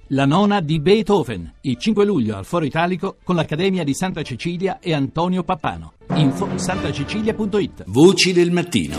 La nona di Beethoven, il 5 luglio al Foro Italico con l'Accademia di Santa Cecilia e Antonio Pappano. Info santacecilia.it. Voci del mattino.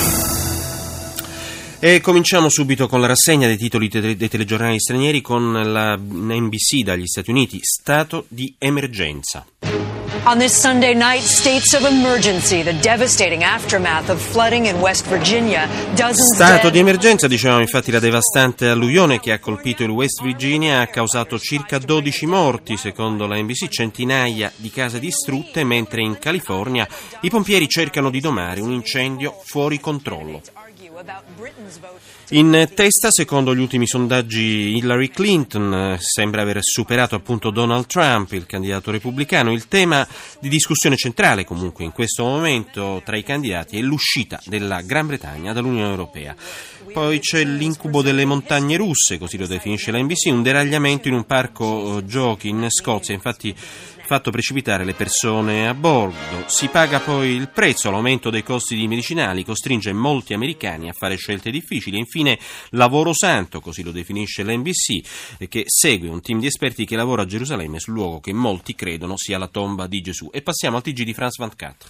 E cominciamo subito con la rassegna dei titoli dei telegiornali stranieri con la NBC dagli Stati Uniti. Stato di emergenza. On this Sunday night, states of emergency, the devastating aftermath of flooding in West Virginia. Stato di emergenza, dicevamo, infatti la devastante alluvione che ha colpito il West Virginia ha causato circa 12 morti, secondo la NBC, centinaia di case distrutte, mentre in California i pompieri cercano di domare un incendio fuori controllo. In testa, secondo gli ultimi sondaggi, Hillary Clinton sembra aver superato appunto Donald Trump, il candidato repubblicano. Il tema di discussione centrale comunque in questo momento tra i candidati è l'uscita della Gran Bretagna dall'Unione Europea. Poi c'è l'incubo delle montagne russe, così lo definisce la NBC, un deragliamento in un parco giochi in Scozia, infatti fatto precipitare le persone a bordo. Si paga poi il prezzo, l'aumento dei costi di medicinali costringe molti americani a fare scelte difficili. E infine lavoro santo, così lo definisce l'NBC, che segue un team di esperti che lavora a Gerusalemme sul luogo che molti credono sia la tomba di Gesù. E passiamo al TG di France 24.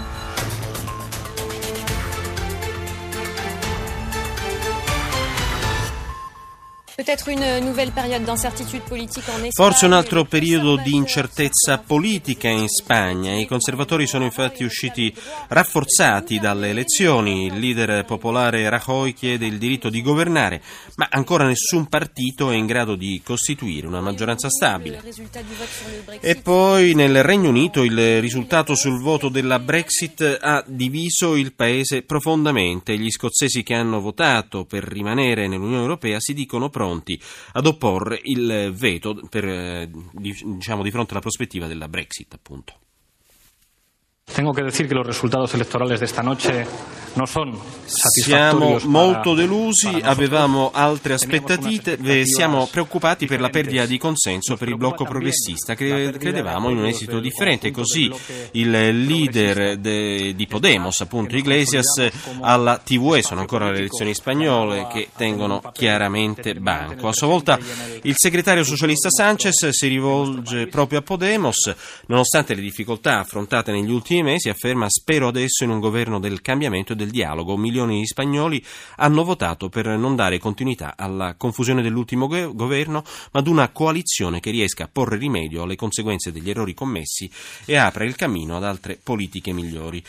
Forse un altro periodo di incertezza politica in Spagna. I conservatori sono infatti usciti rafforzati dalle elezioni. Il leader popolare Rajoy chiede il diritto di governare, ma ancora nessun partito è in grado di costituire una maggioranza stabile. E poi nel Regno Unito il risultato sul voto della Brexit ha diviso il paese profondamente. Gli scozzesi che hanno votato per rimanere nell'Unione Europea si dicono pronti ad opporre il veto di fronte alla prospettiva della Brexit, appunto. Tengo que decir que los resultados electorales de esta noche no son satisfactorios. Siamo molto delusi, avevamo altre aspettative, siamo preoccupati per la perdita di consenso per il blocco progressista, credevamo in un esito differente. Così il leader di Podemos, appunto Iglesias, alla TVE. Sono ancora le elezioni spagnole che tengono chiaramente banco. A sua volta il segretario socialista Sánchez si rivolge proprio a Podemos, nonostante le difficoltà affrontate negli ultimi mesi, afferma: spero adesso in un governo del cambiamento e del dialogo. Milioni di spagnoli hanno votato per non dare continuità alla confusione dell'ultimo governo, ma ad una coalizione che riesca a porre rimedio alle conseguenze degli errori commessi e apra il cammino ad altre politiche migliori.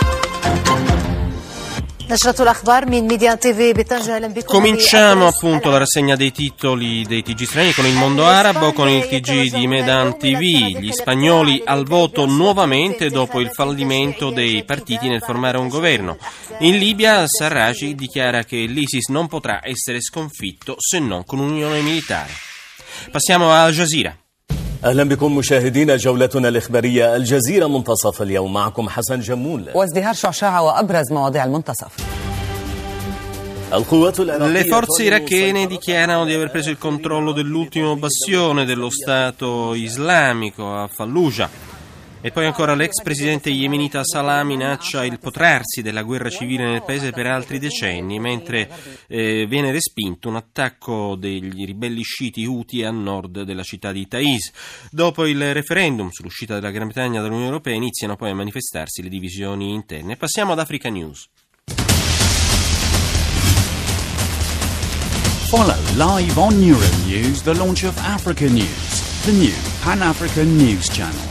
Cominciamo appunto la rassegna dei titoli dei TG stranieri con il mondo arabo, con il TG di Medan TV. Gli spagnoli al voto nuovamente dopo il fallimento dei partiti nel formare un governo. In Libia Sarraj dichiara che l'ISIS non potrà essere sconfitto se non con un'unione militare. Passiamo a Al Jazeera. أهلا بكم مشاهدينا جولتنا الإخبارية الجزيرة منتصف اليوم معكم حسن جمول وازدهار شعشاع وأبرز مواضيع المنتصف. Le forze irachene dichiarano di aver preso il controllo dell'ultimo bastione dello Stato islamico a Fallujah. E poi ancora l'ex presidente yemenita Salah minaccia il protrarsi della guerra civile nel paese per altri decenni, mentre viene respinto un attacco degli ribelli sciiti Houthi a nord della città di Taiz. Dopo il referendum sull'uscita della Gran Bretagna dall'Unione Europea iniziano poi a manifestarsi le divisioni interne. Passiamo ad Africa News. Follow live on Euronews the launch of Africa News, the new Pan-African news channel.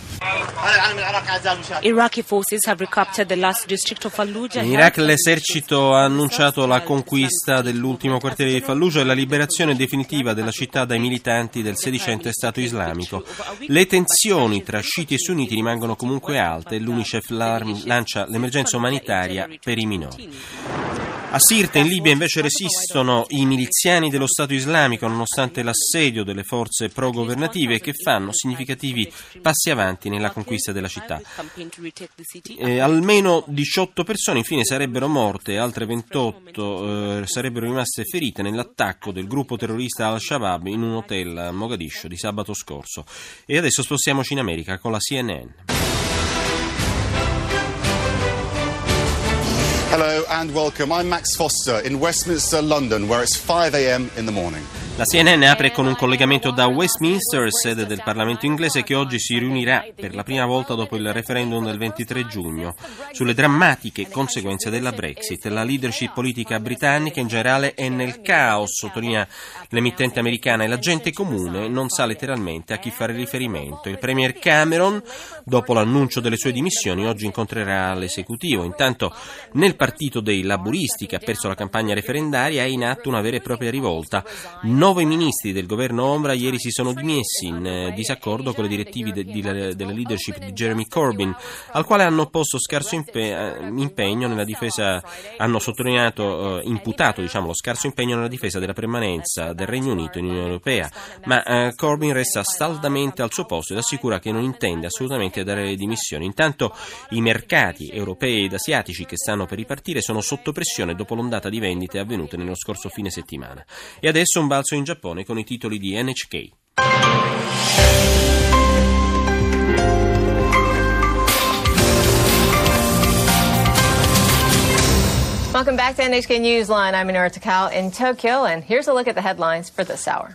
Iraqi forces have recaptured the last district of Fallujah. In Iraq l'esercito ha annunciato la conquista dell'ultimo quartiere di Fallujah e la liberazione definitiva della città dai militanti del sedicente Stato islamico. Le tensioni tra sciiti e sunniti rimangono comunque alte e l'UNICEF lancia l'emergenza umanitaria per i minori. A Sirte, in Libia, invece resistono i miliziani dello Stato islamico nonostante l'assedio delle forze pro-governative che fanno significativi passi avanti nella conquista della città. Almeno 18 persone infine sarebbero morte e altre 28 sarebbero rimaste ferite nell'attacco del gruppo terrorista Al-Shabaab in un hotel a Mogadiscio di sabato scorso. E adesso spostiamoci in America con la CNN. Hello and welcome. I'm Max Foster in Westminster, London, where it's 5 a.m. in the morning. La CNN apre con un collegamento da Westminster, sede del Parlamento inglese, che oggi si riunirà per la prima volta dopo il referendum del 23 giugno sulle drammatiche conseguenze della Brexit. La leadership politica britannica in generale è nel caos, sottolinea l'emittente americana, e la gente comune non sa letteralmente a chi fare riferimento. Il premier Cameron, dopo l'annuncio delle sue dimissioni, oggi incontrerà l'esecutivo. Intanto nel partito dei laburisti, che ha perso la campagna referendaria, è in atto una vera e propria rivolta. 9 ministri del governo ombra ieri si sono dimessi in disaccordo con le direttive della leadership di Jeremy Corbyn, al quale hanno opposto scarso impegno nella difesa, hanno imputato lo scarso impegno nella difesa della permanenza del Regno Unito in Unione Europea, ma Corbyn resta saldamente al suo posto ed assicura che non intende assolutamente dare le dimissioni. Intanto i mercati europei ed asiatici che stanno per ripartire sono sotto pressione dopo l'ondata di vendite avvenute nello scorso fine settimana. E adesso un balzo in Giappone con i titoli di NHK. Welcome back to NHK Newsline. I'm Minoru Takao in Tokyo, and here's a look at the headlines for this hour.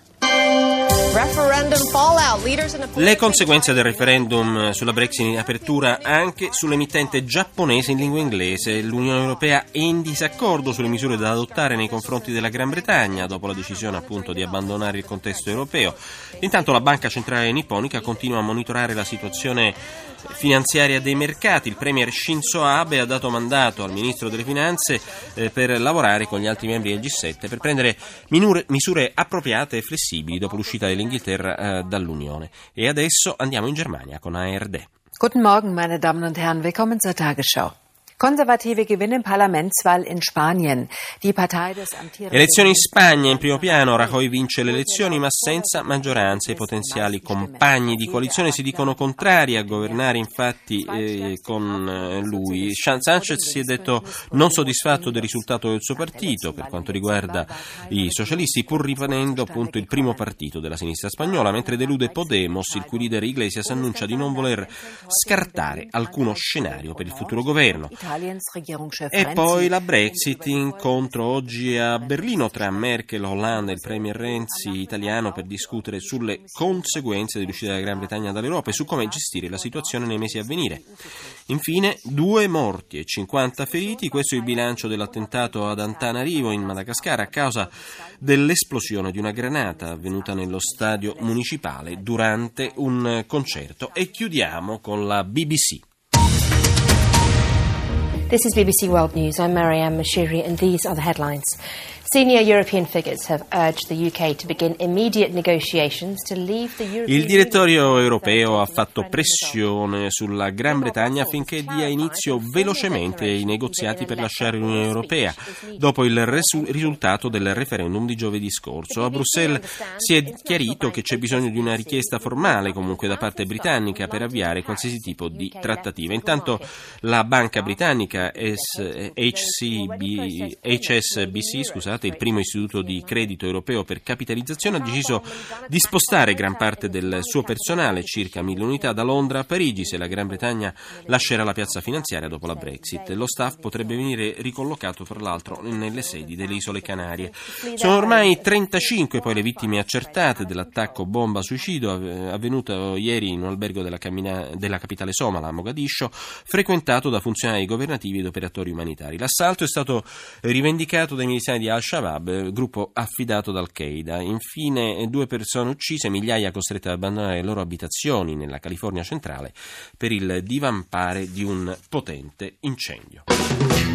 Le conseguenze del referendum sulla Brexit in apertura anche sull'emittente giapponese in lingua inglese. L'Unione Europea è in disaccordo sulle misure da adottare nei confronti della Gran Bretagna dopo la decisione appunto di abbandonare il contesto europeo. Intanto la Banca Centrale Nipponica continua a monitorare la situazione finanziaria dei mercati. Il premier Shinzo Abe ha dato mandato al ministro delle finanze per lavorare con gli altri membri del G7 per prendere misure appropriate e flessibili dopo l'uscita dell'Inghilterra dall'Unione. E adesso andiamo in Germania con ARD. Guten Morgen, meine Damen und Herren, willkommen zur Tagesschau. Conservative gewinnen Parlamentswahl in Spanien. Die Partei des amtierenden Elezioni in Spagna, in primo piano. Rajoy vince le elezioni ma senza maggioranza. I potenziali compagni di coalizione si dicono contrari a governare, infatti con lui. Sánchez si è detto non soddisfatto del risultato del suo partito per quanto riguarda i socialisti, pur rimanendo appunto il primo partito della sinistra spagnola, mentre delude Podemos, il cui leader Iglesias annuncia di non voler scartare alcuno scenario per il futuro governo. E poi la Brexit, incontro oggi a Berlino tra Merkel, Hollande e il premier Renzi italiano per discutere sulle conseguenze dell'uscita della Gran Bretagna dall'Europa e su come gestire la situazione nei mesi a venire. Infine 2 morti e 50 feriti, questo è il bilancio dell'attentato ad Antananarivo in Madagascar a causa dell'esplosione di una granata avvenuta nello stadio municipale durante un concerto. E chiudiamo con la BBC. This is BBC World News. I'm Marianne Mashiri, and these are the headlines. Senior European figures have urged the UK to begin immediate negotiations to leave the European Union. Il direttorio europeo ha fatto pressione sulla Gran Bretagna affinché dia inizio velocemente ai negoziati per lasciare l'Unione Europea, dopo il risultato del referendum di giovedì scorso. A Bruxelles si è chiarito che c'è bisogno di una richiesta formale comunque da parte britannica per avviare qualsiasi tipo di trattativa. Intanto la banca britannica HSBC, il primo istituto di credito europeo per capitalizzazione, ha deciso di spostare gran parte del suo personale, circa 1000 unità, da Londra a Parigi se la Gran Bretagna lascerà la piazza finanziaria dopo la Brexit. Lo staff potrebbe venire ricollocato, fra l'altro, nelle sedi delle Isole Canarie. Sono ormai 35 poi le vittime accertate dell'attacco bomba-suicidio avvenuto ieri in un albergo della capitale somala, Mogadiscio, frequentato da funzionari governativi ed operatori umanitari. L'assalto è stato rivendicato dai miliziani di Al-Shabaab, gruppo affidato da Al-Qaeda. Infine 2 persone uccise, migliaia costrette ad abbandonare le loro abitazioni nella California centrale per il divampare di un potente incendio.